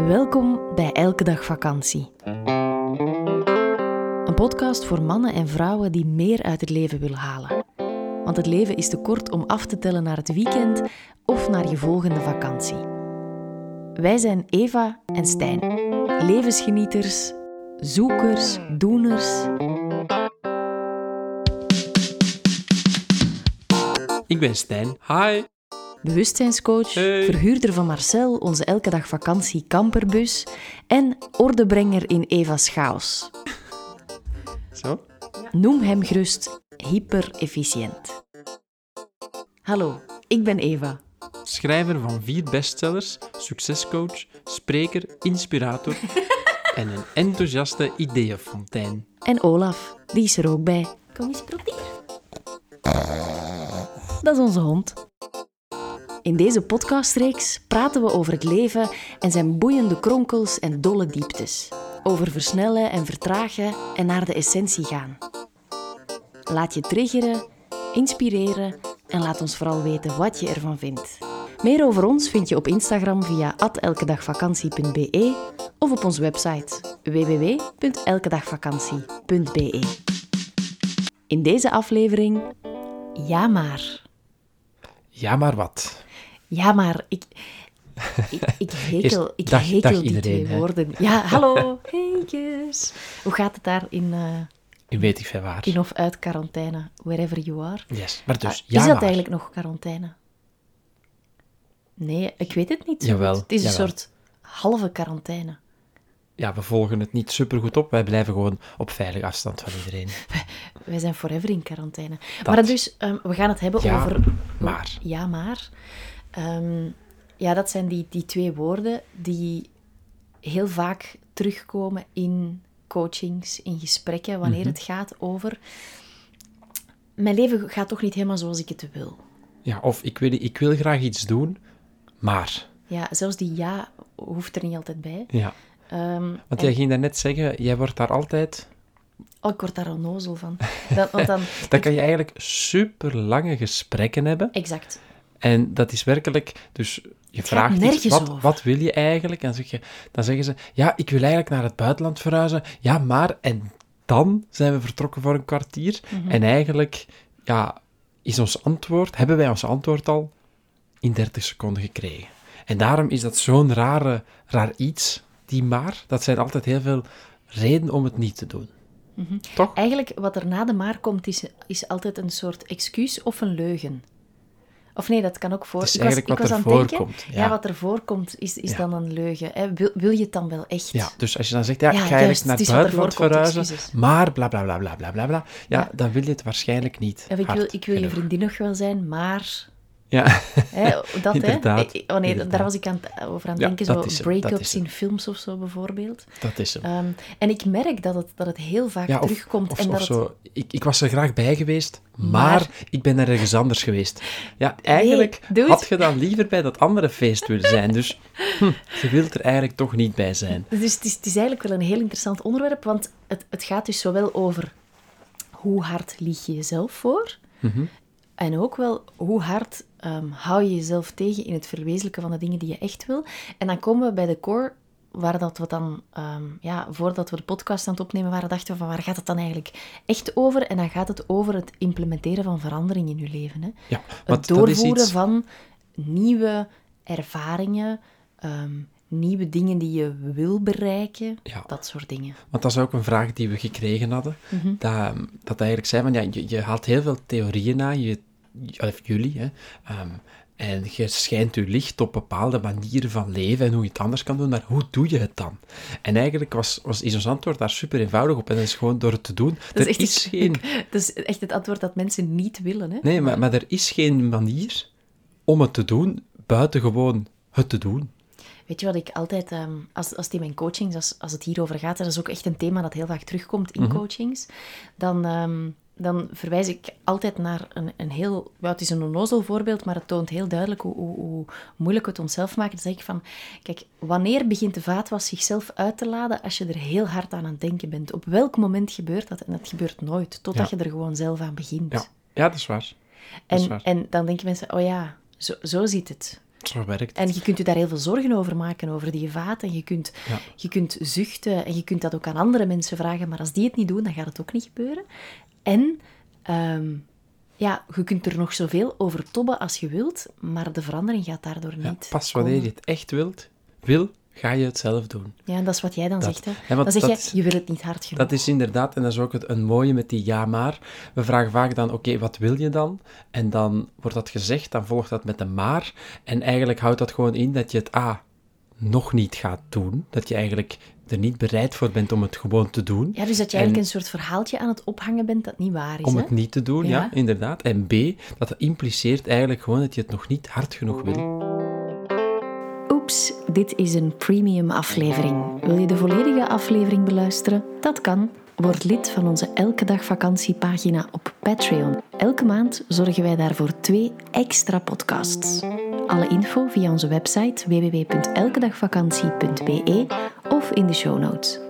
Welkom bij Elke Dag Vakantie. Een podcast voor mannen en vrouwen die meer uit het leven willen halen. Want het leven is te kort om af te tellen naar het weekend of naar je volgende vakantie. Wij zijn Eva en Stijn. Levensgenieters, zoekers, doeners. Ik ben Stijn. Hi. Bewustzijnscoach, Hey. verhuurder van Marcel, onze Elke Dag Vakantie camperbus en ordebrenger in Eva's chaos. Zo? Noem hem gerust hyper-efficiënt. Hallo, ik ben Eva. Schrijver van 4 bestsellers, succescoach, spreker, inspirator en een enthousiaste ideeënfontein. En Olaf, die is er ook bij. Kom eens proberen. Dat is onze hond. In deze podcastreeks praten we over het leven en zijn boeiende kronkels en dolle dieptes. Over versnellen en vertragen en naar de essentie gaan. Laat je triggeren, inspireren en laat ons vooral weten wat je ervan vindt. Meer over ons vind je op Instagram via @elkedagvakantie.be of op onze website www.elkedagvakantie.be. In deze aflevering, ja maar. Ja, maar wat? Ja, maar ik hekel dag die iedereen, twee hè. woorden. Ja, hallo, heetjes. Hoe gaat het daar Ik weet niet veel waar. in of uit quarantaine, wherever you are? Yes, maar dus, Is ja dat maar. eigenlijk nog quarantaine? Nee, ik weet het niet. zo Jawel, goed. Het is een jawel. soort halve quarantaine. Ja, we volgen het niet supergoed op. Wij blijven gewoon op veilige afstand van iedereen. Wij zijn forever in quarantaine. Dat. Maar dus, we gaan het hebben Ja, over... maar. Ja, maar. Ja, dat zijn die twee woorden die heel vaak terugkomen in coachings, in gesprekken, wanneer het gaat over... Mijn leven gaat toch niet helemaal zoals ik het wil. Ja, of ik wil graag iets doen, maar... Ja, zelfs die ja hoeft er niet altijd bij. Ja, Want want jij ging daarnet zeggen, jij wordt daar altijd... Oh, ik word daar onnozel van. Want dan... Dan kan je eigenlijk super lange gesprekken hebben. Exact. En dat is werkelijk... Dus je gaat vraagt iets, nergens over. wat wil je eigenlijk? En dan zeggen ze, ja, ik wil eigenlijk naar het buitenland verhuizen. Ja, maar... En dan zijn we vertrokken voor een kwartier. En eigenlijk, ja, hebben wij ons antwoord al in 30 seconden gekregen. En daarom is dat zo'n raar iets, die maar. Dat zijn altijd heel veel redenen om het niet te doen. Toch? Eigenlijk, wat er na de maar komt, is altijd een soort excuus of een leugen. Of nee, dat kan ook voor... Het is Ik was eigenlijk wat aan er het denken, voorkomt, Ja, ja. wat er voorkomt is Ja. dan een leugen. Hè? Wil je het dan wel echt? Ja, dus als je dan zegt, ja, ik Ja, ga juist, eigenlijk naar het het is wat er buitenland voorkomt, verhuizen, excuses. maar bla bla bla bla bla bla bla, ja, dan wil je het waarschijnlijk niet. Of ik wil je genoeg. vriendin nog wel zijn, maar... Ja, Hè, dat, Inderdaad, hè? Oh nee, inderdaad. daar was ik over aan het Ja, denken. dat Zo is hem, dat break-ups is hem. in films of zo, bijvoorbeeld. dat is hem. En ik merk dat het heel vaak Ja, terugkomt. of en dat zo. Ik was er graag bij geweest, maar ik ben er ergens anders geweest. Ja, eigenlijk dude. had je dan liever bij dat andere feest willen zijn. Dus je wilt er eigenlijk toch niet bij zijn. Dus het is eigenlijk wel een heel interessant onderwerp, want het gaat dus zowel over hoe hard lieg je jezelf voor, en ook wel hoe hard hou je jezelf tegen in het verwezenlijken van de dingen die je echt wil. En dan komen we bij de core, waar dat we dan, voordat we de podcast aan het opnemen waren, dachten we van waar gaat het dan eigenlijk echt over? En dan gaat het over het implementeren van verandering in je leven. Hè? Ja, Het want dat is doorvoeren iets... van nieuwe ervaringen, nieuwe dingen die je wil bereiken, Ja. dat soort dingen. Want dat is ook een vraag die we gekregen hadden. Dat eigenlijk zei van, ja, je haalt heel veel theorieën aan, of jullie, hè. En je schijnt je licht op bepaalde manieren van leven en hoe je het anders kan doen, maar hoe doe je het dan? En eigenlijk is ons antwoord daar super eenvoudig op, en dat is gewoon door het te doen. Dat is echt het antwoord dat mensen niet willen. Hè? Nee, maar er is geen manier om het te doen, buiten gewoon het te doen. Weet je wat ik altijd, als het in mijn coachings, als het hierover gaat, dat is ook echt een thema dat heel vaak terugkomt in coachings, dan verwijs ik altijd naar een heel... Ja, het is een onnozel voorbeeld, maar het toont heel duidelijk hoe moeilijk we het onszelf maken. Dan zeg ik van, kijk, wanneer begint de vaatwas zichzelf uit te laden als je er heel hard aan het denken bent? Op welk moment gebeurt dat? En dat gebeurt nooit, totdat je er gewoon zelf aan begint. Ja, dat is waar. Dat is waar. En dan denken mensen, oh ja, zo zit het. Zo werkt het. En je kunt je daar heel veel zorgen over maken, over die vaat. En je kunt zuchten en je kunt dat ook aan andere mensen vragen. Maar als die het niet doen, dan gaat het ook niet gebeuren. En je kunt er nog zoveel over tobben als je wilt, maar de verandering gaat daardoor niet pas komen. wanneer je het echt wil, ga je het zelf doen. Ja, en dat is wat jij dan zegt. Hè? Ja, dan zeg je wil het niet hard genoeg. Dat is inderdaad, en dat is ook een mooie met die ja maar. We vragen vaak dan, oké, wat wil je dan? En dan wordt dat gezegd, dan volgt dat met een maar. En eigenlijk houdt dat gewoon in dat je het nog niet gaat doen. Dat je eigenlijk er niet bereid voor bent om het gewoon te doen. Ja, dus dat je eigenlijk een soort verhaaltje aan het ophangen bent dat niet waar is. Om hè? het niet te doen, ja, inderdaad. En B, dat impliceert eigenlijk gewoon dat je het nog niet hard genoeg wil. Oeps, dit is een premium aflevering. Wil je de volledige aflevering beluisteren? Dat kan. Word lid van onze Elke Dag Vakantiepagina op Patreon. Elke maand zorgen wij daarvoor 2 extra podcasts. Alle info via onze website www.elkedagvakantie.be of in de show notes.